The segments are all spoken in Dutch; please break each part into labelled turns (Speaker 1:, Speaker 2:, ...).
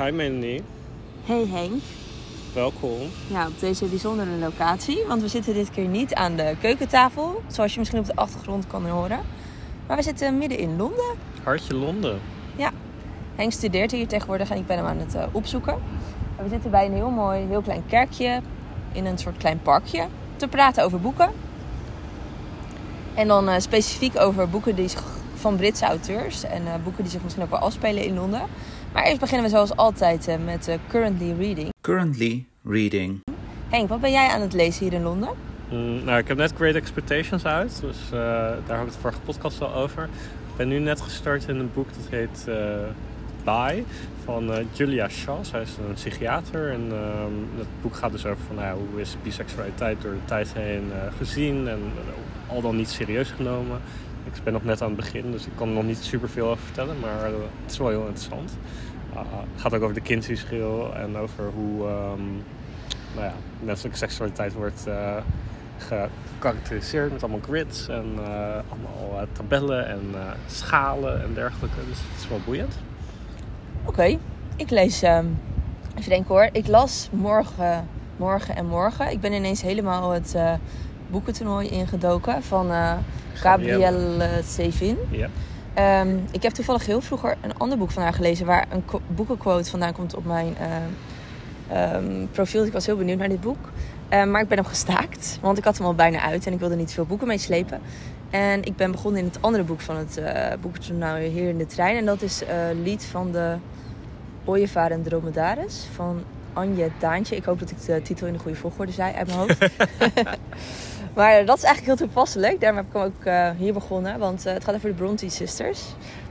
Speaker 1: Hi Melanie.
Speaker 2: Hey Henk.
Speaker 1: Welkom.
Speaker 2: Ja, op deze bijzondere locatie. Want we zitten dit keer niet aan de keukentafel. Zoals je misschien op de achtergrond kan horen. Maar we zitten midden in Londen.
Speaker 1: Hartje Londen.
Speaker 2: Ja. Henk studeert hier tegenwoordig en ik ben hem aan het opzoeken. En we zitten bij een heel mooi, heel klein kerkje. In een soort klein parkje. Te praten over boeken. En dan specifiek over boeken van Britse auteurs. En boeken die zich misschien ook wel afspelen in Londen. Maar eerst beginnen we zoals altijd met Currently Reading.
Speaker 3: Currently Reading.
Speaker 2: Henk, wat ben jij aan het lezen hier in Londen?
Speaker 1: Nou, ik heb net Great Expectations uit. Dus daar heb ik het vorige podcast al over. Ik ben nu net gestart in een boek dat heet Bi van Julia Shaw. Zij is een psychiater. En het boek gaat dus over van, hoe is biseksualiteit door de tijd heen gezien. En al dan niet serieus genomen. Ik ben nog net aan het begin, dus ik kan er nog niet super veel over vertellen. Maar het is wel heel interessant. Het gaat ook over de Kinsey-schil en over hoe menselijke seksualiteit wordt gekarakteriseerd met allemaal grids en allemaal tabellen en schalen en dergelijke. Dus het is wel boeiend.
Speaker 2: Oké, ik lees, even denken hoor, ik las morgen. Ik ben ineens helemaal het boekentoernooi ingedoken van Gabrielle Sevin.
Speaker 1: Ja.
Speaker 2: Ik heb toevallig heel vroeger een ander boek van haar gelezen waar een boekenquote vandaan komt op mijn profiel. Ik was heel benieuwd naar dit boek. Maar ik ben hem gestaakt, want ik had hem al bijna uit en ik wilde niet veel boeken meeslepen. En ik ben begonnen in het andere boek van het boekentoernooi hier in de trein. En dat is Lied van de Ooievaar en Dromedaris van Anje Daantje. Ik hoop dat ik de titel in de goede volgorde zei uit mijn hoofd. Maar dat is eigenlijk heel toepasselijk. Daarom heb ik hem ook hier begonnen. Want het gaat over de Bronte Sisters.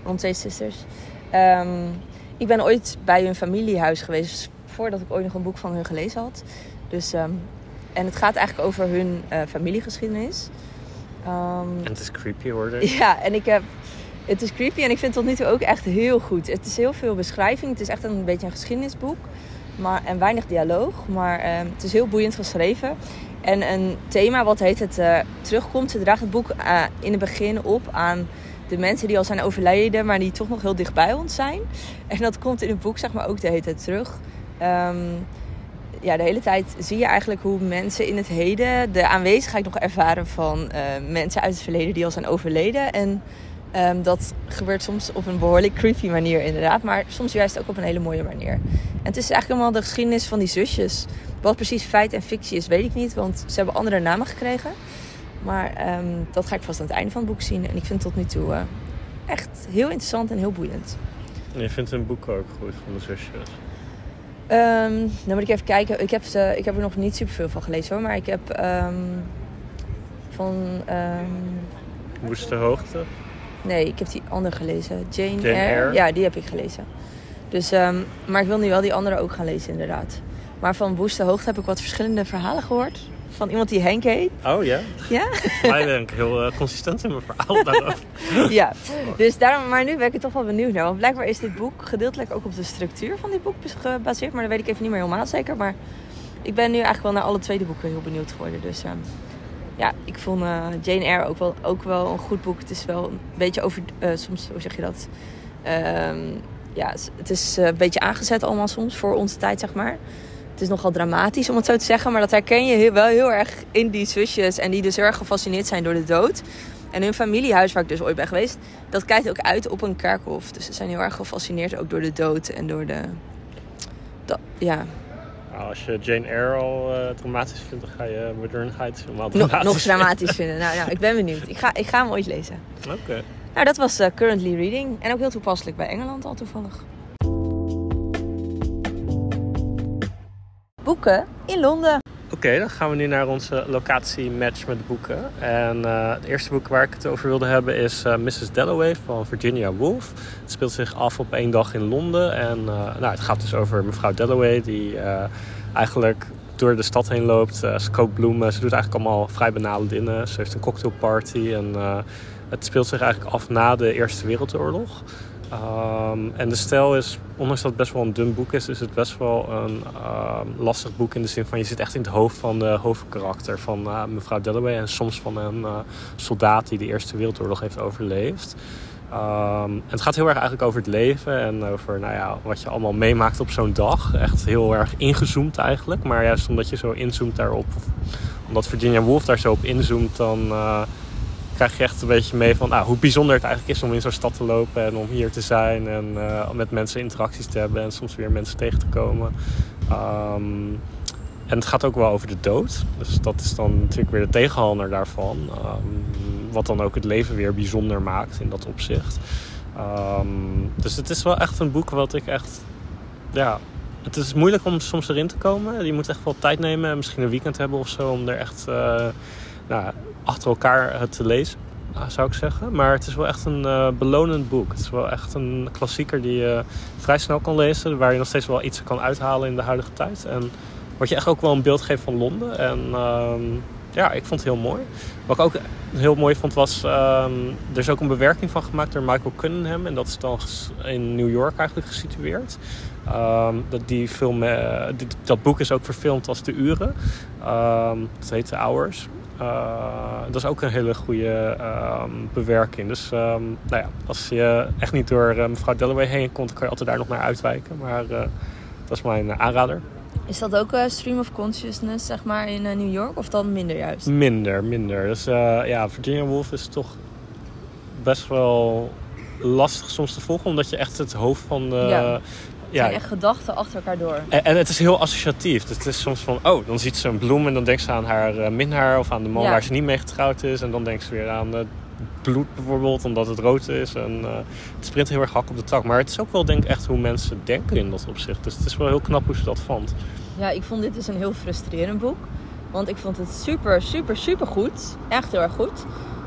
Speaker 2: Ik ben ooit bij hun familiehuis geweest. Voordat ik ooit nog een boek van hun gelezen had. Dus, en het gaat eigenlijk over hun familiegeschiedenis.
Speaker 1: En het is creepy hoor.
Speaker 2: Ja, en het is creepy. En ik vind het tot nu toe ook echt heel goed. Het is heel veel beschrijving. Het is echt een beetje een geschiedenisboek. En weinig dialoog. Maar het is heel boeiend geschreven. En een thema wat terugkomt. Ze draagt het boek in het begin op aan de mensen die al zijn overleden, maar die toch nog heel dicht bij ons zijn. En dat komt in het boek zeg maar ook de hele tijd terug. De hele tijd zie je eigenlijk hoe mensen in het heden de aanwezigheid nog ervaren van mensen uit het verleden die al zijn overleden. En dat gebeurt soms op een behoorlijk creepy manier inderdaad, maar soms juist ook op een hele mooie manier. En het is eigenlijk helemaal de geschiedenis van die zusjes. Wat precies feit en fictie is, weet ik niet, want ze hebben andere namen gekregen. Maar dat ga ik vast aan het einde van het boek zien. En ik vind het tot nu toe echt heel interessant en heel boeiend.
Speaker 1: En je vindt hun boek ook goed van de zusjes?
Speaker 2: Dan moet ik even kijken. Ik heb er nog niet superveel van gelezen hoor. Maar ik heb van...
Speaker 1: Woeste Hoogte?
Speaker 2: Nee, ik heb die andere gelezen. Jane
Speaker 1: Eyre?
Speaker 2: Ja, die heb ik gelezen. Dus, maar ik wil nu wel die andere ook gaan lezen inderdaad. Maar van Woeste Hoogte heb ik wat verschillende verhalen gehoord. Van iemand die Henk heet.
Speaker 1: Oh ja?
Speaker 2: Ja?
Speaker 1: Mij ben ik heel consistent in mijn verhaal daarover.
Speaker 2: Ja, dus daarom, maar nu ben ik er toch wel benieuwd naar. Want blijkbaar is dit boek gedeeltelijk ook op de structuur van dit boek gebaseerd. Maar dat weet ik even niet meer helemaal zeker. Maar ik ben nu eigenlijk wel naar alle tweede boeken heel benieuwd geworden. Dus ik vond Jane Eyre ook wel een goed boek. Het is wel een beetje over... soms, hoe zeg je dat? Het is een beetje aangezet allemaal soms voor onze tijd, zeg maar. Het is nogal dramatisch om het zo te zeggen. Maar dat herken je wel heel erg in die zusjes. En die dus heel erg gefascineerd zijn door de dood. En hun familiehuis, waar ik dus ooit ben geweest, dat kijkt ook uit op een kerkhof. Dus ze zijn heel erg gefascineerd ook door de dood en door de...
Speaker 1: Nou, als je Jane Eyre al dramatisch vindt, dan ga je modernheid helemaal dramatisch
Speaker 2: nog dramatisch vinden. Nou, ik ben benieuwd. Ik ga hem ooit lezen.
Speaker 1: Oké.
Speaker 2: Nou, dat was Currently Reading. En ook heel toepasselijk bij Engeland al toevallig. Boeken in Londen.
Speaker 1: Oké, dan gaan we nu naar onze locatie-match met boeken. En het eerste boek waar ik het over wilde hebben is Mrs. Dalloway van Virginia Woolf. Het speelt zich af op 1 dag in Londen. En het gaat dus over mevrouw Dalloway die eigenlijk door de stad heen loopt. Ze koopt bloemen. Ze doet eigenlijk allemaal vrij banale dingen. Ze heeft een cocktailparty. En het speelt zich eigenlijk af na de Eerste Wereldoorlog. En de stijl is, ondanks dat het best wel een dun boek is het best wel een lastig boek in de zin van je zit echt in het hoofd van de hoofdkarakter van mevrouw Dalloway en soms van een soldaat die de Eerste Wereldoorlog heeft overleefd. En het gaat heel erg eigenlijk over het leven en over wat je allemaal meemaakt op zo'n dag. Echt heel erg ingezoomd eigenlijk. Maar juist omdat je zo inzoomt daarop, omdat Virginia Woolf daar zo op inzoomt, dan krijg je echt een beetje mee van hoe bijzonder het eigenlijk is om in zo'n stad te lopen en om hier te zijn en met mensen interacties te hebben en soms weer mensen tegen te komen. En het gaat ook wel over de dood. Dus dat is dan natuurlijk weer de tegenhanger daarvan. Wat dan ook het leven weer bijzonder maakt in dat opzicht. Dus het is wel echt een boek wat ik echt... Ja, het is moeilijk om soms erin te komen. Je moet echt wel tijd nemen en misschien een weekend hebben of zo om er echt achter elkaar te lezen, zou ik zeggen. Maar het is wel echt een belonend boek. Het is wel echt een klassieker die je vrij snel kan lezen. Waar je nog steeds wel iets kan uithalen in de huidige tijd. En wat je echt ook wel een beeld geeft van Londen. En ik vond het heel mooi. Wat ik ook heel mooi vond was... er is ook een bewerking van gemaakt door Michael Cunningham. En dat is dan in New York eigenlijk gesitueerd. Dat boek is ook verfilmd als De Uren. Dat heet The Hours. Dat is ook een hele goede bewerking. Dus als je echt niet door mevrouw Dalloway heen komt, kan je altijd daar nog naar uitwijken. Maar dat is mijn aanrader.
Speaker 2: Is dat ook stream of consciousness, zeg maar, in New York? Of dan minder juist?
Speaker 1: Minder. Dus Virginia Woolf is toch best wel lastig soms te volgen. Omdat je echt het hoofd van de...
Speaker 2: Het zijn echt gedachten achter elkaar door.
Speaker 1: En het is heel associatief. Dus het is soms van, dan ziet ze een bloem en dan denkt ze aan haar minnaar of aan de man waar ze niet mee getrouwd is. En dan denkt ze weer aan het bloed bijvoorbeeld, omdat het rood is. En het sprint heel erg hak op de tak. Maar het is ook wel denk ik echt hoe mensen denken in dat opzicht. Dus het is wel heel knap hoe ze dat vond. Ja,
Speaker 2: ik vond dit dus een heel frustrerend boek. Want ik vond het super, super, super goed. Echt heel erg goed.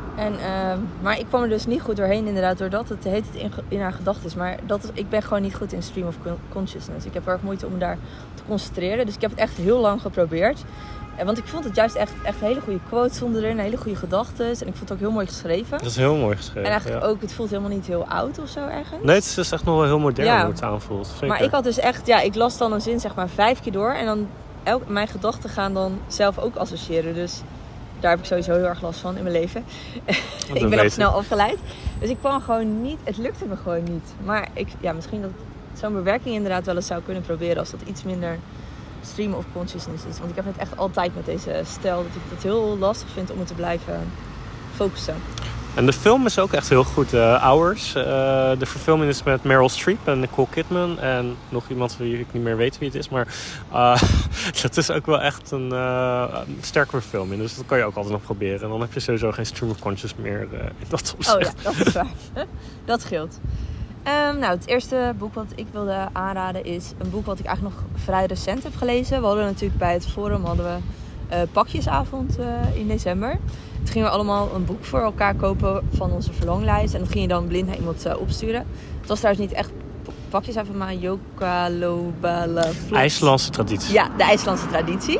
Speaker 2: Maar ik kwam er dus niet goed doorheen inderdaad, doordat het heet in haar gedachten is. Maar ik ben gewoon niet goed in stream of consciousness. Ik heb erg moeite om me daar te concentreren. Dus ik heb het echt heel lang geprobeerd. Want ik vond het juist echt hele goede quotes erin, hele goede gedachten. En ik vond het ook heel mooi geschreven.
Speaker 1: Dat is heel mooi geschreven.
Speaker 2: En eigenlijk ook, het voelt helemaal niet heel oud of zo ergens.
Speaker 1: Nee, het is dus echt nog wel heel modern hoe het aanvoelt. Zeker.
Speaker 2: Maar ik had dus echt, ik las dan een zin zeg maar 5 keer door. En dan mijn gedachten gaan dan zelf ook associëren. Dus daar heb ik sowieso heel erg last van in mijn leven. Ik ben ook snel afgeleid. Dus ik kwam gewoon niet, het lukte me gewoon niet. Maar misschien dat zo'n bewerking inderdaad wel eens zou kunnen proberen als dat iets minder stream of consciousness is. Want ik heb het echt altijd met deze stijl dat ik het heel lastig vind om me te blijven focussen.
Speaker 1: En de film is ook echt heel goed. Hours. De verfilming is met Meryl Streep en Nicole Kidman. En nog iemand wie ik niet meer weet wie het is. Maar dat is ook wel echt een sterke verfilming. Dus dat kan je ook altijd nog proberen. En dan heb je sowieso geen stream of conscious meer in dat opzicht.
Speaker 2: Oh ja, dat is waar. Dat scheelt. Het eerste boek wat ik wilde aanraden is een boek wat ik eigenlijk nog vrij recent heb gelezen. We hadden natuurlijk bij het forum pakjesavond in december. Toen gingen we allemaal een boek voor elkaar kopen van onze verlanglijst. En dat ging je dan blind naar iemand opsturen. Het was trouwens niet echt pakjesavond, maar Jokalobala.
Speaker 1: IJslandse traditie.
Speaker 2: Ja, de IJslandse traditie.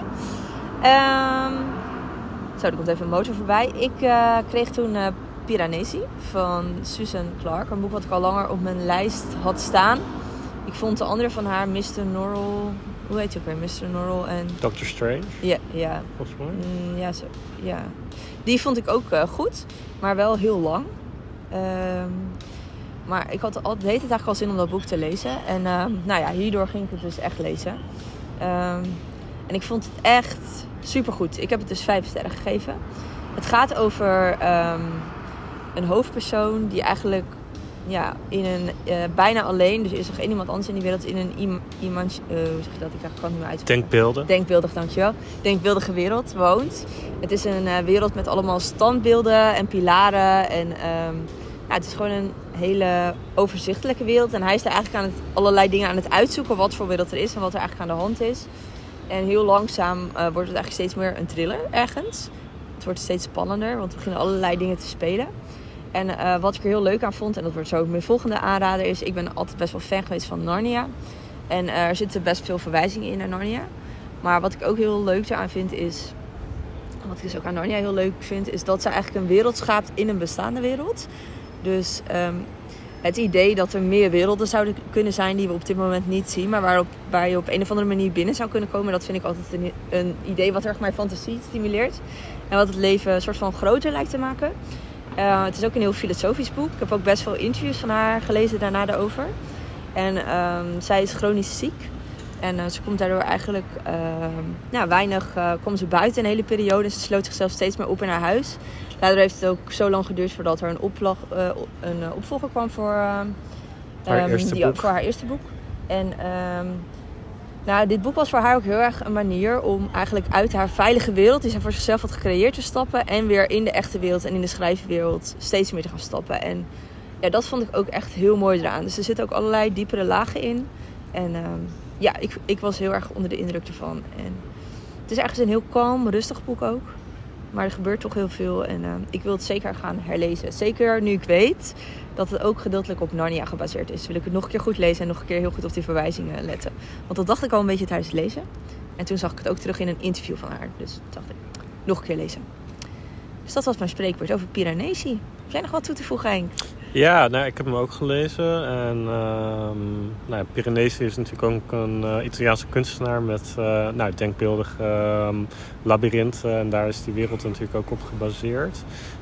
Speaker 2: Er komt even een motor voorbij. Ik kreeg toen Piranesi van Susan Clark. Een boek wat ik al langer op mijn lijst had staan. Ik vond de andere van haar, Mr. Norrell. Hoe heet je ook weer? Mr. Norrell en...
Speaker 1: Doctor Strange?
Speaker 2: Ja.
Speaker 1: Volgens mij?
Speaker 2: Ja. Die vond ik ook goed. Maar wel heel lang. Maar ik had de hele tijd eigenlijk al zin om dat boek te lezen. En hierdoor ging ik het dus echt lezen. En ik vond het echt supergoed. Ik heb het dus 5 sterren gegeven. Het gaat over een hoofdpersoon die eigenlijk in een bijna alleen, dus er is nog één iemand anders in die wereld, in een hoe zeg je dat? Ik kan het niet meer uitspreken. Denkbeeldig, dankjewel. Denkbeeldige wereld woont. Het is een wereld met allemaal standbeelden en pilaren en het is gewoon een hele overzichtelijke wereld. En hij is er eigenlijk allerlei dingen aan het uitzoeken wat voor wereld er is en wat er eigenlijk aan de hand is. En heel langzaam wordt het eigenlijk steeds meer een thriller ergens. Het wordt steeds spannender, want we beginnen allerlei dingen te spelen. En wat ik er heel leuk aan vond, en dat wordt zo ook mijn volgende aanrader, is ik ben altijd best wel fan geweest van Narnia. En er zitten best veel verwijzingen in naar Narnia. Maar wat ik ook heel leuk eraan vind is, wat ik dus ook aan Narnia heel leuk vind, is dat ze eigenlijk een wereld schaapt in een bestaande wereld. Dus het idee dat er meer werelden zouden kunnen zijn die we op dit moment niet zien, maar waar je op een of andere manier binnen zou kunnen komen, dat vind ik altijd een idee wat erg mijn fantasie stimuleert. En wat het leven een soort van groter lijkt te maken. Het is ook een heel filosofisch boek. Ik heb ook best veel interviews van haar gelezen daarna daarover. En zij is chronisch ziek. En ze komt daardoor eigenlijk weinig komt ze buiten een hele periode. Ze sloot zichzelf steeds meer op in haar huis. Daardoor heeft het ook zo lang geduurd voordat er een opvolger kwam voor haar eerste boek. En dit boek was voor haar ook heel erg een manier om eigenlijk uit haar veilige wereld, die zij voor zichzelf had gecreëerd, te stappen. En weer in de echte wereld en in de schrijfwereld steeds meer te gaan stappen. En ja, dat vond ik ook echt heel mooi eraan. Dus er zitten ook allerlei diepere lagen in. En ik was heel erg onder de indruk ervan. En het is ergens een heel kalm, rustig boek ook. Maar er gebeurt toch heel veel. En ik wil het zeker gaan herlezen. Zeker nu ik weet dat het ook gedeeltelijk op Narnia gebaseerd is. Wil ik het nog een keer goed lezen en nog een keer heel goed op die verwijzingen letten. Want dat dacht ik al een beetje tijdens het lezen. En toen zag ik het ook terug in een interview van haar. Dus dacht ik, nog een keer lezen. Dus dat was mijn spreekwoord over Piranesi. Heb jij nog wat toe te voegen, Henk?
Speaker 1: Ja, ik heb hem ook gelezen. En Piranesi is natuurlijk ook een Italiaanse kunstenaar met denkbeeldig labyrint. En daar is die wereld natuurlijk ook op gebaseerd.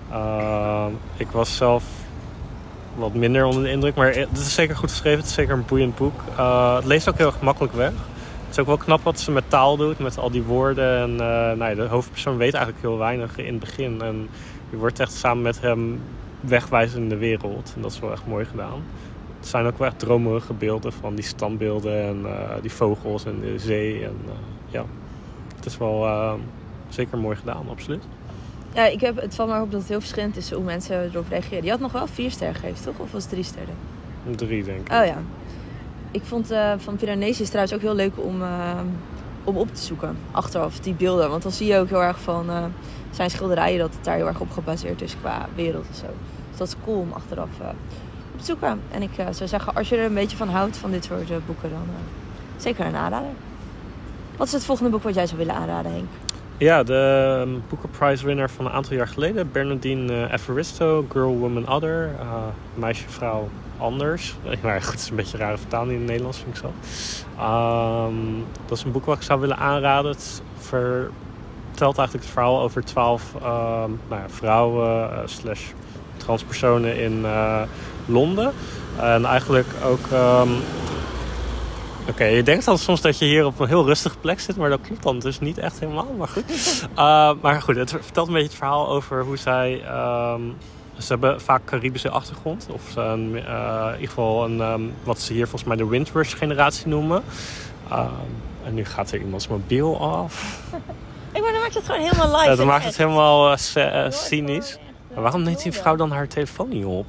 Speaker 1: Ik was zelf wat minder onder de indruk, maar het is zeker goed geschreven. Het is zeker een boeiend boek. Het leest ook heel erg makkelijk weg. Het is ook wel knap wat ze met taal doet, met al die woorden. En de hoofdpersoon weet eigenlijk heel weinig in het begin. En je wordt echt samen met hem wegwijzen in de wereld. En dat is wel echt mooi gedaan. Het zijn ook wel echt dromerige beelden van die standbeelden en die vogels en de zee. En het is wel zeker mooi gedaan, absoluut.
Speaker 2: Ja, het valt maar op dat het heel verschillend is hoe mensen erop reageren. Je had nog wel 4 sterren gegeven, toch? Of was het 3 sterren?
Speaker 1: 3, denk ik.
Speaker 2: Oh ja. Ik vond van Piranesi is trouwens ook heel leuk om op te zoeken. Achteraf, die beelden. Want dan zie je ook heel erg van zijn schilderijen dat het daar heel erg op gebaseerd is qua wereld en zo. Dus dat is cool om achteraf op te zoeken. En ik zou zeggen, als je er een beetje van houdt, van dit soort boeken, dan zeker een aanrader. Wat is het volgende boek wat jij zou willen aanraden, Henk?
Speaker 1: Ja, de Booker Prize winner van een aantal jaar geleden. Bernardine Evaristo, Girl, Woman, Other. Meisje, vrouw, anders. Maar goed, het is een beetje een rare vertaling in het Nederlands, vind ik zo. Dat is een boek wat ik zou willen aanraden. Het vertelt eigenlijk het verhaal over 12 vrouwen / transpersonen in Londen. En eigenlijk ook... Oké, je denkt dan soms dat je hier op een heel rustige plek zit, maar dat klopt dan dus niet echt helemaal. Maar goed, maar goed, het vertelt een beetje het verhaal over hoe zij... ze hebben vaak Caribische achtergrond. Of in ieder geval wat ze hier volgens mij de Windrush-generatie noemen. En nu gaat er iemands mobiel af.
Speaker 2: Maar dan maakt het gewoon helemaal live.
Speaker 1: Dan maakt het helemaal cynisch. Maar waarom neemt die vrouw dan haar telefoon niet op?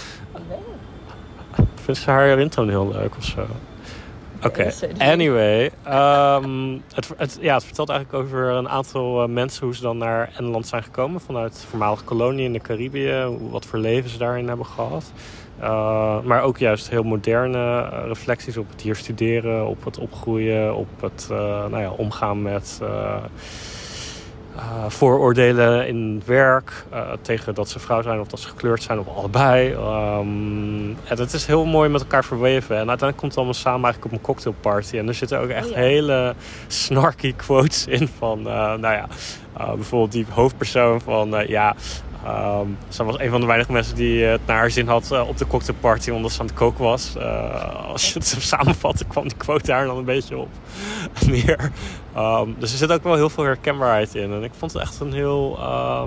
Speaker 1: Vindt ze haar ringtone heel leuk of zo? Oké, anyway. Het vertelt eigenlijk over een aantal mensen hoe ze dan naar Engeland zijn gekomen vanuit de voormalige kolonie in de Caribië. Wat voor leven ze daarin hebben gehad. Maar ook juist heel moderne reflecties op het hier studeren, op het opgroeien, op het omgaan met vooroordelen in werk. Tegen dat ze vrouw zijn of dat ze gekleurd zijn of allebei. En het is heel mooi met elkaar verweven. En uiteindelijk komt het allemaal samen eigenlijk op een cocktailparty. En er zitten ook echt hele snarky quotes in van... bijvoorbeeld die hoofdpersoon van... ze was een van de weinige mensen die het naar haar zin had op de cocktailparty, omdat ze aan het koken was. Als je het zo samenvatte, kwam die quote daar dan een beetje op neer. Dus er zit ook wel heel veel herkenbaarheid in. En ik vond het echt een heel...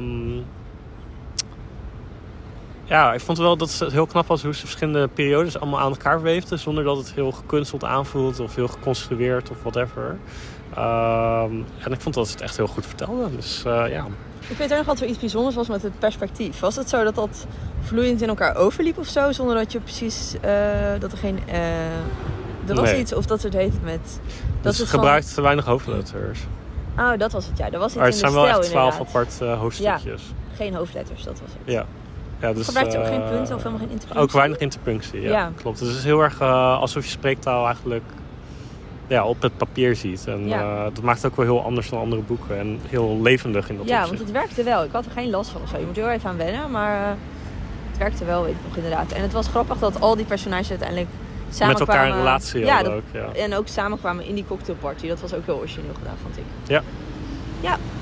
Speaker 1: ik vond wel dat het heel knap was hoe ze verschillende periodes allemaal aan elkaar weefden, zonder dat het heel gekunsteld aanvoelt of heel geconstrueerd of whatever. En ik vond dat het echt heel goed vertelde. Dus
Speaker 2: Ik weet ook nog wat er iets bijzonders was met het perspectief. Was het zo dat dat vloeiend in elkaar overliep of zo? Zonder dat je precies... dat er geen... er was iets of dat soort heet met...
Speaker 1: Dat ze gebruikt te weinig hoofdletters.
Speaker 2: Oh, dat was het, ja. Er was iets
Speaker 1: maar het
Speaker 2: in de
Speaker 1: zijn
Speaker 2: stijl,
Speaker 1: wel echt 12
Speaker 2: inderdaad.
Speaker 1: apart hoofdstukjes.
Speaker 2: Ja, geen hoofdletters, dat was het.
Speaker 1: Ja, dus,
Speaker 2: gebruikt je ook geen punten of helemaal geen interpunctie?
Speaker 1: Ook weinig interpunctie, ja. Klopt. Dus het is heel erg alsof je spreektaal eigenlijk op het papier ziet. En dat maakt het ook wel heel anders dan andere boeken. En heel levendig in dat opzicht.
Speaker 2: Ja, want het werkte wel. Ik had er geen last van of zo. Je moet er heel even aan wennen, maar het werkte wel, weet ik nog inderdaad. En het was grappig dat al die personages uiteindelijk samenkwamen.
Speaker 1: Met elkaar een relatie hadden ook,
Speaker 2: En ook samenkwamen in die cocktailparty. Dat was ook heel origineel gedaan, vond ik.
Speaker 1: Ja.
Speaker 2: Ja.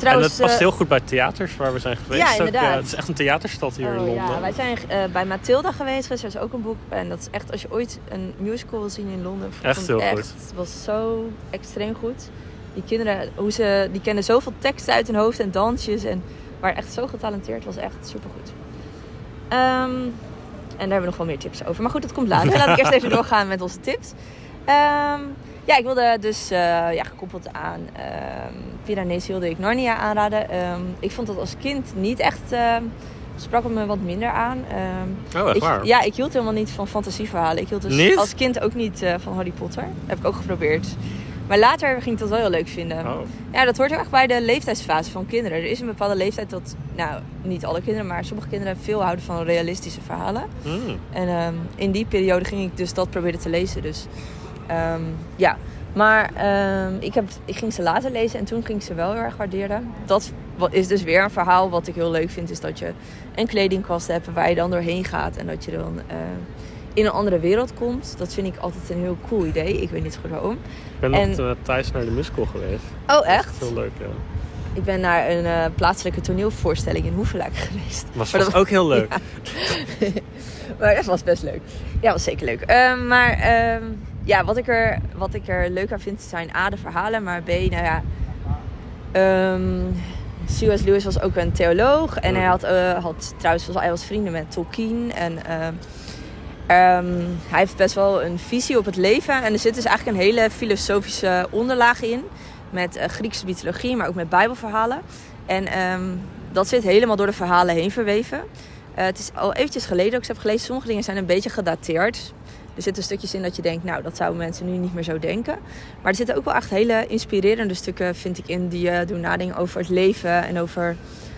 Speaker 2: Trouwens,
Speaker 1: en het past heel goed bij theaters waar we zijn geweest.
Speaker 2: Ja, inderdaad.
Speaker 1: Het is echt een theaterstad hier in Londen.
Speaker 2: Ja, wij zijn bij Mathilda geweest. Dat is ook een boek. En dat is echt, als je ooit een musical wil zien in Londen...
Speaker 1: Echt heel goed.
Speaker 2: Het was zo extreem goed. Die kinderen, die kennen zoveel teksten uit hun hoofd en dansjes. En waren echt zo getalenteerd. Het was echt supergoed. En daar hebben we nog wel meer tips over. Maar goed, dat komt later. Laat ik eerst even doorgaan met onze tips. Ja, ik wilde dus gekoppeld aan Piranesi wilde ik Narnia aanraden. Ik vond dat als kind niet echt... sprak het me wat minder aan.
Speaker 1: Echt waar?
Speaker 2: Ja, ik hield helemaal niet van fantasieverhalen. Ik hield dus
Speaker 1: niet?
Speaker 2: als kind ook niet van Harry Potter. Dat heb ik ook geprobeerd. Maar later ging ik dat wel heel leuk vinden.
Speaker 1: Oh.
Speaker 2: Ja, dat hoort heel erg bij de leeftijdsfase van kinderen. Er is een bepaalde leeftijd dat... Nou, niet alle kinderen, maar sommige kinderen veel houden van realistische verhalen. En in die periode ging ik dus dat proberen te lezen. Dus ja... Maar ik ging ze later lezen en toen ging ik ze wel heel erg waarderen. Dat is dus weer een verhaal wat ik heel leuk vind. Is dat je een kledingkast hebt waar je dan doorheen gaat. En dat je dan in een andere wereld komt. Dat vind ik altijd een heel cool idee. Ik weet niet goed waarom.
Speaker 1: Ik ben nog thuis naar de musical geweest.
Speaker 2: Oh, echt?
Speaker 1: Dat is heel leuk, ja.
Speaker 2: Ik ben naar een plaatselijke toneelvoorstelling in Hoevelaak geweest.
Speaker 1: Dat was ook heel leuk.
Speaker 2: Ja. Maar dat was best leuk. Ja, dat was zeker leuk. Ja, wat ik er leuk aan vind zijn A, de verhalen. Maar B, nou ja... C.S. Lewis was ook een theoloog. En hij had trouwens... Hij was vrienden met Tolkien. En hij heeft best wel een visie op het leven. En er zit dus eigenlijk een hele filosofische onderlaag in. Met Griekse mythologie, maar ook met bijbelverhalen. En dat zit helemaal door de verhalen heen verweven. Het is al eventjes geleden dat ik ze heb gelezen. Sommige dingen zijn een beetje gedateerd. Er zitten stukjes in dat je denkt, nou, dat zouden mensen nu niet meer zo denken. Maar er zitten ook wel echt hele inspirerende stukken, vind ik, in die doen nadenken over het leven en over,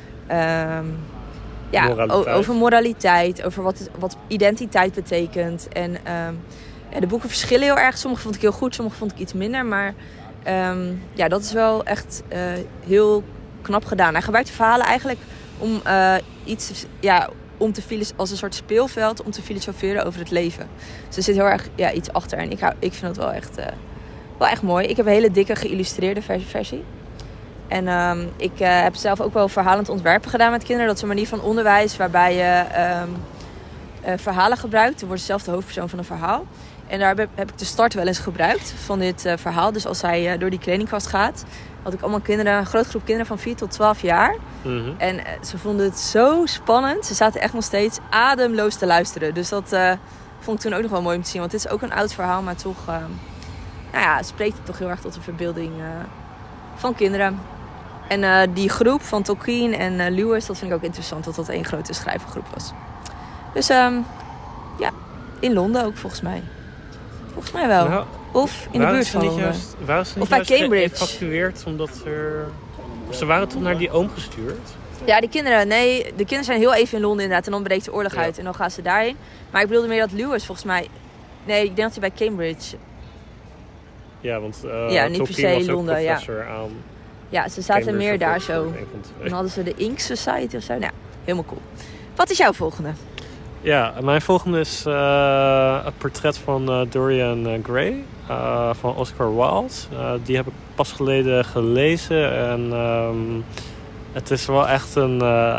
Speaker 2: over moraliteit, over wat identiteit betekent. En de boeken verschillen heel erg. Sommige vond ik heel goed, sommige vond ik iets minder. Maar dat is wel echt heel knap gedaan. Hij gebruikt de verhalen eigenlijk om als een soort speelveld om te filosoferen over het leven. Dus er zit heel erg iets achter. En ik vind het wel echt mooi. Ik heb een hele dikke geïllustreerde versie. En ik heb zelf ook wel verhalend ontwerpen gedaan met kinderen. Dat is een manier van onderwijs waarbij je verhalen gebruikt. Je wordt zelf de hoofdpersoon van een verhaal. En daar heb ik de start wel eens gebruikt van dit verhaal. Dus als hij door die kledingkast gaat, had ik allemaal kinderen, een grote groep kinderen van 4 tot 12 jaar. Mm-hmm. En ze vonden het zo spannend. Ze zaten echt nog steeds ademloos te luisteren. Dus dat vond ik toen ook nog wel mooi om te zien. Want dit is ook een oud verhaal, maar toch spreekt het toch heel erg tot de verbeelding van kinderen. En die groep van Tolkien en Lewis, dat vind ik ook interessant. Dat één grote schrijvergroep was. Dus in Londen ook volgens mij. Volgens mij wel. Nou, of in de buurt van Londen.
Speaker 1: Of bij Cambridge. Geëvacueerd omdat ze waren toch naar die oom gestuurd?
Speaker 2: Ja, de kinderen zijn heel even in Londen inderdaad. En dan breekt de oorlog uit en dan gaan ze daarheen. Maar ik bedoelde meer dat Lewis volgens mij... Nee, ik denk dat hij bij Cambridge...
Speaker 1: Ja, want
Speaker 2: niet per se Londen,
Speaker 1: aan...
Speaker 2: Ja, ze zaten Cambridge meer daar zo. Dan hadden ze de Ink Society of zo. Nou, helemaal cool. Wat is jouw volgende?
Speaker 1: Ja, mijn volgende is het portret van Dorian Gray van Oscar Wilde. Die heb ik pas geleden gelezen en het is wel echt een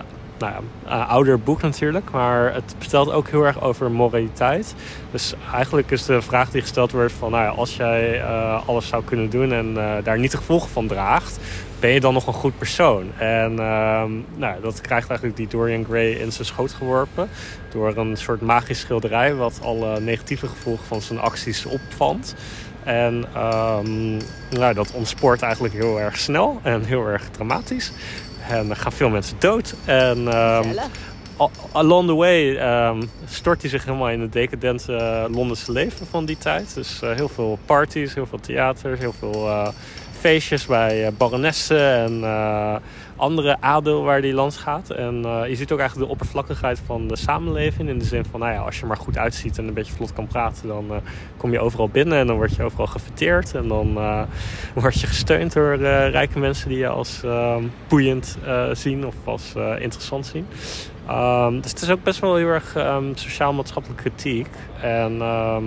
Speaker 1: ouder boek natuurlijk, maar het vertelt ook heel erg over moraliteit. Dus eigenlijk is de vraag die gesteld wordt van, als jij alles zou kunnen doen en daar niet de gevolgen van draagt, ben je dan nog een goed persoon? En dat krijgt eigenlijk die Dorian Gray in zijn schoot geworpen door een soort magisch schilderij wat alle negatieve gevolgen van zijn acties opvangt. En dat ontspoort eigenlijk heel erg snel en heel erg dramatisch. En er gaan veel mensen dood. En along the way stort hij zich helemaal in het decadente Londense leven van die tijd. Dus heel veel parties, heel veel theaters, heel veel feestjes bij baronessen en andere adel waar die langs gaat. En je ziet ook eigenlijk de oppervlakkigheid van de samenleving. In de zin van, als je maar goed uitziet en een beetje vlot kan praten, dan kom je overal binnen en dan word je overal gefeteerd. En dan word je gesteund door rijke mensen die je als boeiend zien of als interessant zien. Dus het is ook best wel heel erg sociaal-maatschappelijke kritiek. En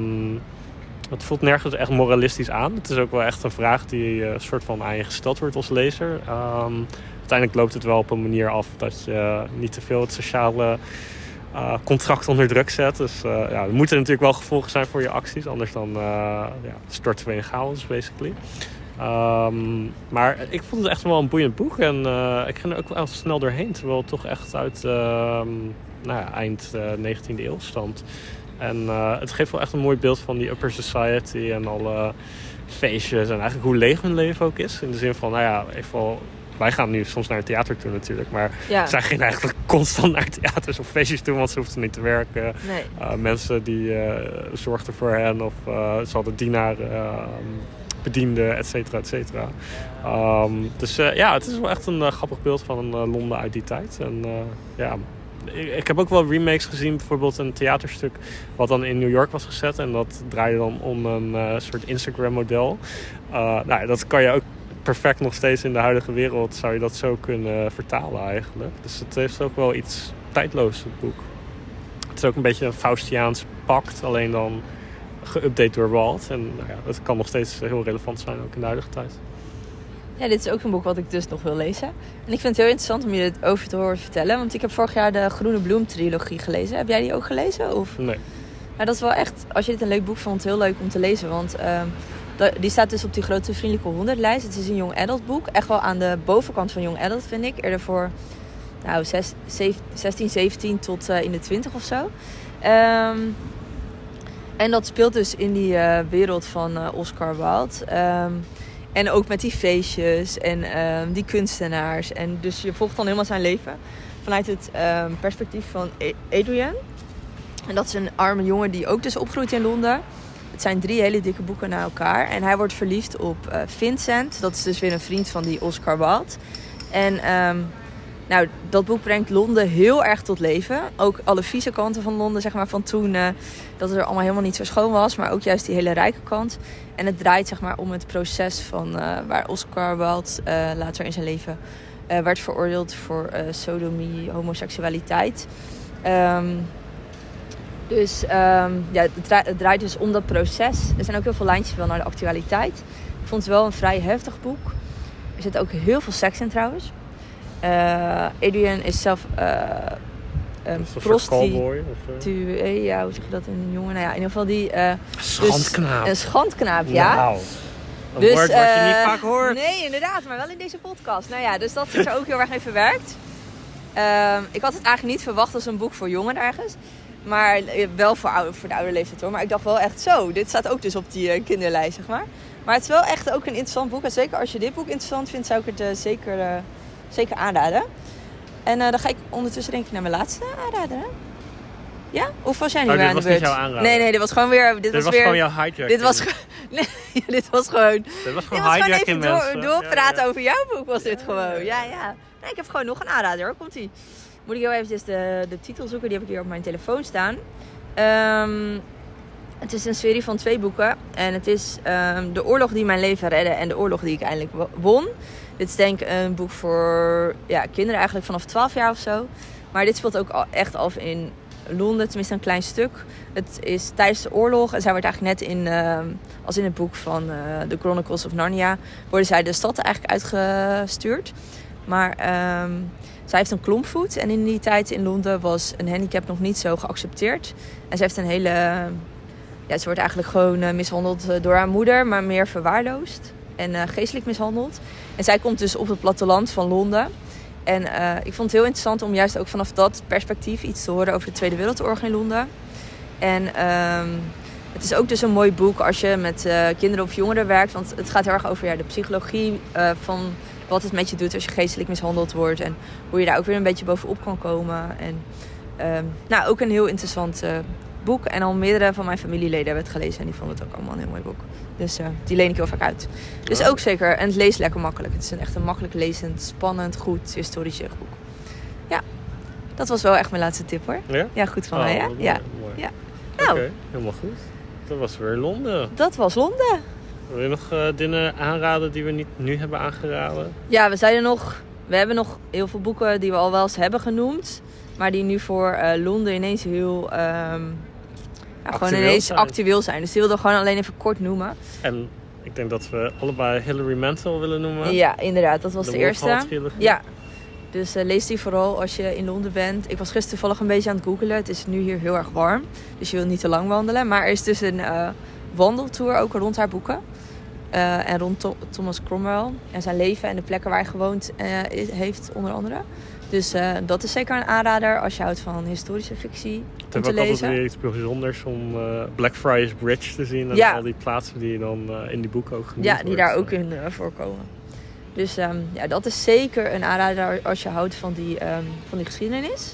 Speaker 1: het voelt nergens echt moralistisch aan. Het is ook wel echt een vraag die soort van aan je gesteld wordt als lezer. uiteindelijk loopt het wel op een manier af dat je niet te veel het sociale contract onder druk zet. Dus er moeten natuurlijk wel gevolgen zijn voor je acties. Anders dan storten we in chaos, basically. Maar ik vond het echt wel een boeiend boek. En ik ging er ook wel snel doorheen. Terwijl het toch echt uit eind 19e eeuw stamt. En het geeft wel echt een mooi beeld van die upper society en alle feestjes. En eigenlijk hoe leeg hun leven ook is. In de zin van, wij gaan nu soms naar het theater toe natuurlijk. Maar zij gingen eigenlijk constant naar theaters of feestjes toe. Want ze hoefden niet te werken. Nee. Mensen die zorgden voor hen. Of ze hadden dienaren, bedienden, et cetera, et cetera. Het is wel echt een grappig beeld van Londen uit die tijd. En ik heb ook wel remakes gezien. Bijvoorbeeld een theaterstuk wat dan in New York was gezet. En dat draaide dan om een soort Instagram model. Dat kan je ook perfect nog steeds in de huidige wereld. Zou je dat zo kunnen vertalen eigenlijk. Dus het heeft ook wel iets tijdloos, het boek. Het is ook een beetje een Faustiaans pact. Alleen dan geüpdate door Walt. En dat kan nog steeds heel relevant zijn, ook in de huidige tijd.
Speaker 2: Ja, dit is ook een boek wat ik dus nog wil lezen. En ik vind het heel interessant om je dit over te horen vertellen. Want ik heb vorig jaar de Groene Bloem trilogie gelezen. Heb jij die ook gelezen? Of?
Speaker 1: Nee.
Speaker 2: Maar dat is wel echt, als je dit een leuk boek vond, heel leuk om te lezen. Want die staat dus op die grote vriendelijke 100 lijst. Het is een young adult boek. Echt wel aan de bovenkant van young adult, vind ik. Eerder voor 16, 17 tot in de 20 of zo. En dat speelt dus in die wereld van Oscar Wilde. En ook met die feestjes en die kunstenaars. En dus je volgt dan helemaal zijn leven vanuit het perspectief van Adrian. En dat is een arme jongen die ook dus opgroeit in Londen. Het zijn 3 hele dikke boeken na elkaar. En hij wordt verliefd op Vincent. Dat is dus weer een vriend van die Oscar Wilde. En dat boek brengt Londen heel erg tot leven. Ook alle vieze kanten van Londen, zeg maar, van toen. Dat het er allemaal helemaal niet zo schoon was. Maar ook juist die hele rijke kant. En het draait, zeg maar, om het proces van waar Oscar Wilde later in zijn leven werd veroordeeld voor sodomie, homoseksualiteit. Het draait dus om dat proces. Er zijn ook heel veel lijntjes wel naar de actualiteit. Ik vond het wel een vrij heftig boek. Er zit ook heel veel seks in trouwens. Adrian is zelf prostituee. Ja, hoe zeg je dat in een jongen? Nou ja, in ieder geval die...
Speaker 1: schandknaap.
Speaker 2: Dus een schandknaap, ja.
Speaker 1: Wow. Een woord wat je niet vaak hoort.
Speaker 2: Nee, inderdaad. Maar wel in deze podcast. Nou ja, dus dat is er ook heel erg in verwerkt. Ik had het eigenlijk niet verwacht als een boek voor jongeren ergens. Maar wel voor de oude leeftijd hoor. Maar ik dacht wel echt zo. Dit staat ook dus op die kinderlijst, zeg maar. Maar het is wel echt ook een interessant boek. En zeker als je dit boek interessant vindt, zou ik het zeker aanraden. En dan ga ik ondertussen denk ik naar mijn laatste aanrader. Ja? Of was jij nu aan de beurt?
Speaker 1: Dit was niet jouw aanrader.
Speaker 2: Nee, dit was gewoon weer...
Speaker 1: Dit was gewoon jouw hijack.
Speaker 2: Dit was gewoon
Speaker 1: hijack in mensen.
Speaker 2: Doorpraten over jouw boek was dit gewoon. Ja. Nee, ik heb gewoon nog een aanrader hoor. Komt-ie. Moet ik heel eventjes de titel zoeken. Die heb ik hier op mijn telefoon staan. Het is een serie van 2 boeken. En het is De oorlog die mijn leven redde en De oorlog die ik eindelijk won. Dit is denk ik een boek voor kinderen eigenlijk vanaf 12 jaar of zo. Maar dit speelt ook echt af in Londen, tenminste een klein stuk. Het is tijdens de oorlog en zij wordt eigenlijk net als in het boek van The Chronicles of Narnia, worden zij de stad eigenlijk uitgestuurd. Maar zij heeft een klompvoet en in die tijd in Londen was een handicap nog niet zo geaccepteerd. En ze heeft een hele... ze wordt eigenlijk gewoon mishandeld door haar moeder, maar meer verwaarloosd en geestelijk mishandeld. En zij komt dus op het platteland van Londen. En ik vond het heel interessant om juist ook vanaf dat perspectief iets te horen over de Tweede Wereldoorlog in Londen. En het is ook dus een mooi boek als je met kinderen of jongeren werkt. Want het gaat heel erg over de psychologie van wat het met je doet als je geestelijk mishandeld wordt. En hoe je daar ook weer een beetje bovenop kan komen. En ook een heel interessant boek. En al meerdere van mijn familieleden hebben het gelezen. En die vonden het ook allemaal een heel mooi boek. Dus die leen ik heel vaak uit. Dus ook zeker. En het leest lekker makkelijk. Het is echt een makkelijk lezend, spannend, goed, historisch jeugdboek. Ja, dat was wel echt mijn laatste tip hoor.
Speaker 1: Ja?
Speaker 2: Ja, goed van mij hè?
Speaker 1: Mooi.
Speaker 2: Ja. Nou.
Speaker 1: Oké, helemaal goed. Dat was weer Londen.
Speaker 2: Dat was Londen.
Speaker 1: Wil je nog dingen aanraden die we niet nu hebben aangeraden?
Speaker 2: Ja, we hebben nog heel veel boeken die we al wel eens hebben genoemd. Maar die nu voor Londen ineens heel... gewoon ineens actueel zijn. Dus die wilden we gewoon alleen even kort noemen.
Speaker 1: En ik denk dat we allebei Hilary Mantel willen noemen.
Speaker 2: Ja, inderdaad. Dat was de eerste. Ja. Dus lees die vooral als je in Londen bent. Ik was gisteren toevallig een beetje aan het googelen. Het is nu hier heel erg warm. Dus je wil niet te lang wandelen. Maar er is dus een wandeltour ook rond haar boeken. En rond Thomas Cromwell. En zijn leven en de plekken waar hij gewoond heeft onder andere. Dus dat is zeker een aanrader als je houdt van historische fictie.
Speaker 1: Het is ook altijd weer iets bijzonders om Blackfriars Bridge te zien. En al die plaatsen die dan in die boeken ook genoemd worden.
Speaker 2: Ja, die daar ook in voorkomen. Dus dat is zeker een aanrader als je houdt van die geschiedenis.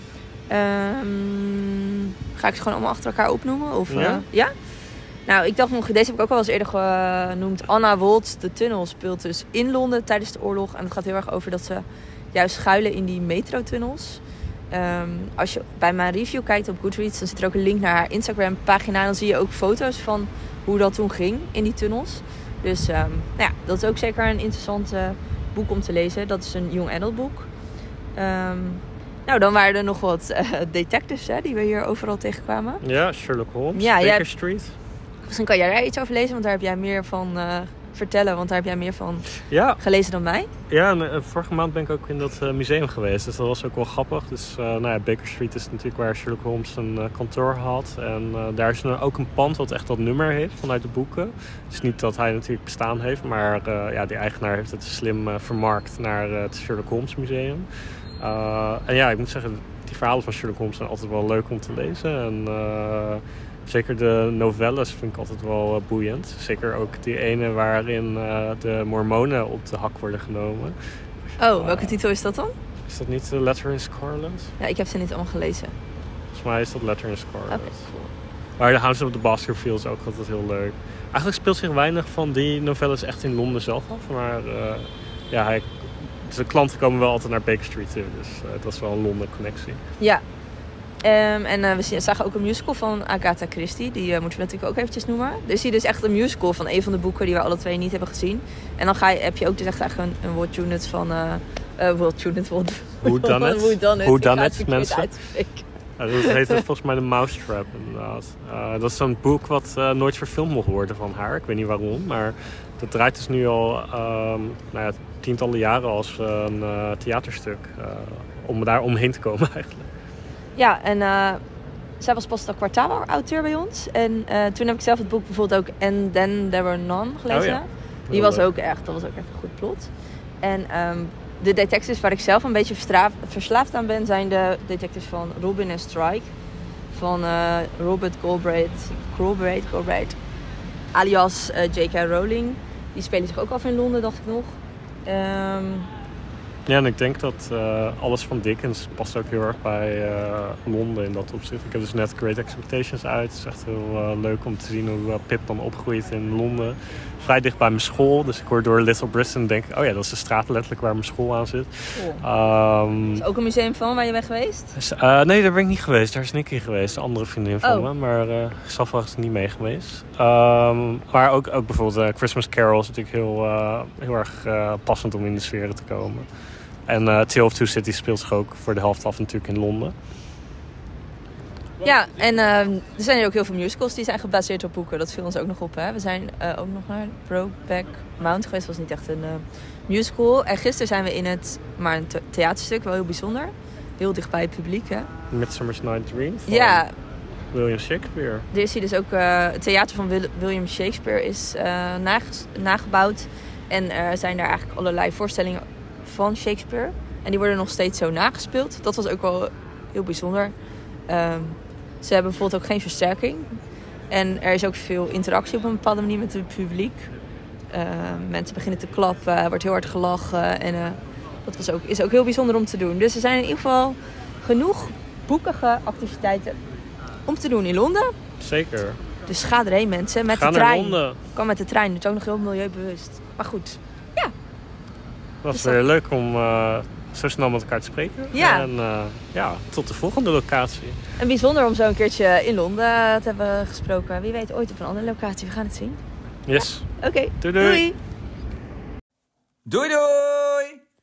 Speaker 2: Ga ik ze gewoon allemaal achter elkaar opnoemen? Of, ja? Nou, ik dacht nog, deze heb ik ook al eens eerder genoemd. Anna Wold, de tunnel, speelt dus in Londen tijdens de oorlog. En het gaat heel erg over dat ze juist schuilen in die metrotunnels. Als je bij mijn review kijkt op Goodreads, dan zit er ook een link naar haar Instagram pagina. En dan zie je ook foto's van hoe dat toen ging in die tunnels. Dus dat is ook zeker een interessant boek om te lezen. Dat is een young adult boek. Dan waren er nog wat detectives die we hier overal tegenkwamen.
Speaker 1: Ja, Sherlock Holmes,
Speaker 2: ja,
Speaker 1: Baker Street.
Speaker 2: Misschien kan jij daar iets over lezen, want daar heb jij meer van vertellen. Want daar heb jij meer van gelezen dan mij.
Speaker 1: Ja, en vorige maand ben ik ook in dat museum geweest. Dus dat was ook wel grappig. Dus Baker Street is natuurlijk waar Sherlock Holmes een kantoor had. En daar is ook een pand wat echt dat nummer heeft vanuit de boeken. Dus niet dat hij natuurlijk bestaan heeft. Maar die eigenaar heeft het slim vermarkt naar het Sherlock Holmes museum. Ik moet zeggen, die verhalen van Sherlock Holmes zijn altijd wel leuk om te lezen. En zeker de novelles vind ik altijd wel boeiend. Zeker ook die ene waarin de mormonen op de hak worden genomen.
Speaker 2: Oh, welke titel is dat dan?
Speaker 1: Is dat niet Letter in Scarlet?
Speaker 2: Ja, ik heb ze niet allemaal gelezen.
Speaker 1: Volgens mij is dat Letter in Scarlet.
Speaker 2: Okay.
Speaker 1: Maar de House of the Baskervilles is ook altijd heel leuk. Eigenlijk speelt zich weinig van die novelles echt in Londen zelf af. Maar de klanten komen wel altijd naar Baker Street toe. Dus dat is wel een Londen connectie.
Speaker 2: Ja. We zagen ook een musical van Agatha Christie. Die moeten we natuurlijk ook eventjes noemen. Dus hier is echt een musical van een van de boeken die we alle twee niet hebben gezien. En dan heb je ook dus echt eigenlijk een Who Done It, mensen.
Speaker 1: Dat heet volgens mij de Mousetrap inderdaad. Dat is zo'n boek wat nooit verfilmd mocht worden van haar. Ik weet niet waarom, maar dat draait dus nu al tientallen jaren als een theaterstuk. Om daar omheen te komen eigenlijk.
Speaker 2: Ja, en zij was pas de kwartaalauteur bij ons. En toen heb ik zelf het boek bijvoorbeeld ook And Then There Were None gelezen.
Speaker 1: Oh ja.
Speaker 2: Dat was ook echt een goed plot. En de detectives waar ik zelf een beetje verslaafd aan ben, zijn de detectives van Robin en Strike. Van Robert Galbraith, alias J.K. Rowling. Die spelen zich ook af in Londen, dacht ik nog.
Speaker 1: Ja, en ik denk dat alles van Dickens past ook heel erg bij Londen in dat opzicht. Ik heb dus net Great Expectations uit. Het is echt heel leuk om te zien hoe Pip dan opgroeit in Londen. Vrij dicht bij mijn school. Dus ik hoor door Little Britain denk ik, dat is de straat letterlijk waar mijn school aan zit.
Speaker 2: Is ook een museum van waar je bent geweest?
Speaker 1: Nee, daar ben ik niet geweest. Daar is Nicky geweest. Een andere vriendin van me. Maar Safra is niet mee geweest. Maar ook bijvoorbeeld Christmas Carol is natuurlijk heel erg passend om in de sferen te komen. En Tale of Two Cities speelt zich ook voor de helft af natuurlijk in Londen.
Speaker 2: Ja, en er zijn hier ook heel veel musicals die zijn gebaseerd op boeken. Dat viel ons ook nog op. Hè? We zijn ook nog naar Brokeback Mountain geweest. Dat was niet echt een musical. En gisteren zijn we in een theaterstuk. Wel heel bijzonder. Heel dicht bij het publiek. Hè?
Speaker 1: Midsummer's Night Dream van William Shakespeare.
Speaker 2: Er is hier dus ook het theater van William Shakespeare is nagebouwd. En er zijn daar eigenlijk allerlei voorstellingen van Shakespeare. En die worden nog steeds zo nagespeeld. Dat was ook wel heel bijzonder. Ze hebben bijvoorbeeld ook geen versterking. En er is ook veel interactie op een bepaalde manier met het publiek. Mensen beginnen te klappen, er wordt heel hard gelachen. En dat is ook heel bijzonder om te doen. Dus er zijn in ieder geval genoeg boekige activiteiten om te doen in Londen.
Speaker 1: Zeker.
Speaker 2: Dus ga erheen mensen, met
Speaker 1: ga
Speaker 2: de trein.
Speaker 1: Naar Londen.
Speaker 2: Kan met de trein, het is ook nog heel milieubewust. Maar goed, ja.
Speaker 1: Het was weer leuk om zo snel met elkaar te spreken.
Speaker 2: Ja.
Speaker 1: En tot de volgende locatie.
Speaker 2: En bijzonder om zo een keertje in Londen te hebben gesproken. Wie weet ooit op een andere locatie, we gaan het zien.
Speaker 1: Yes.
Speaker 2: Ja. Oké.
Speaker 1: Doei.
Speaker 3: Doei doei!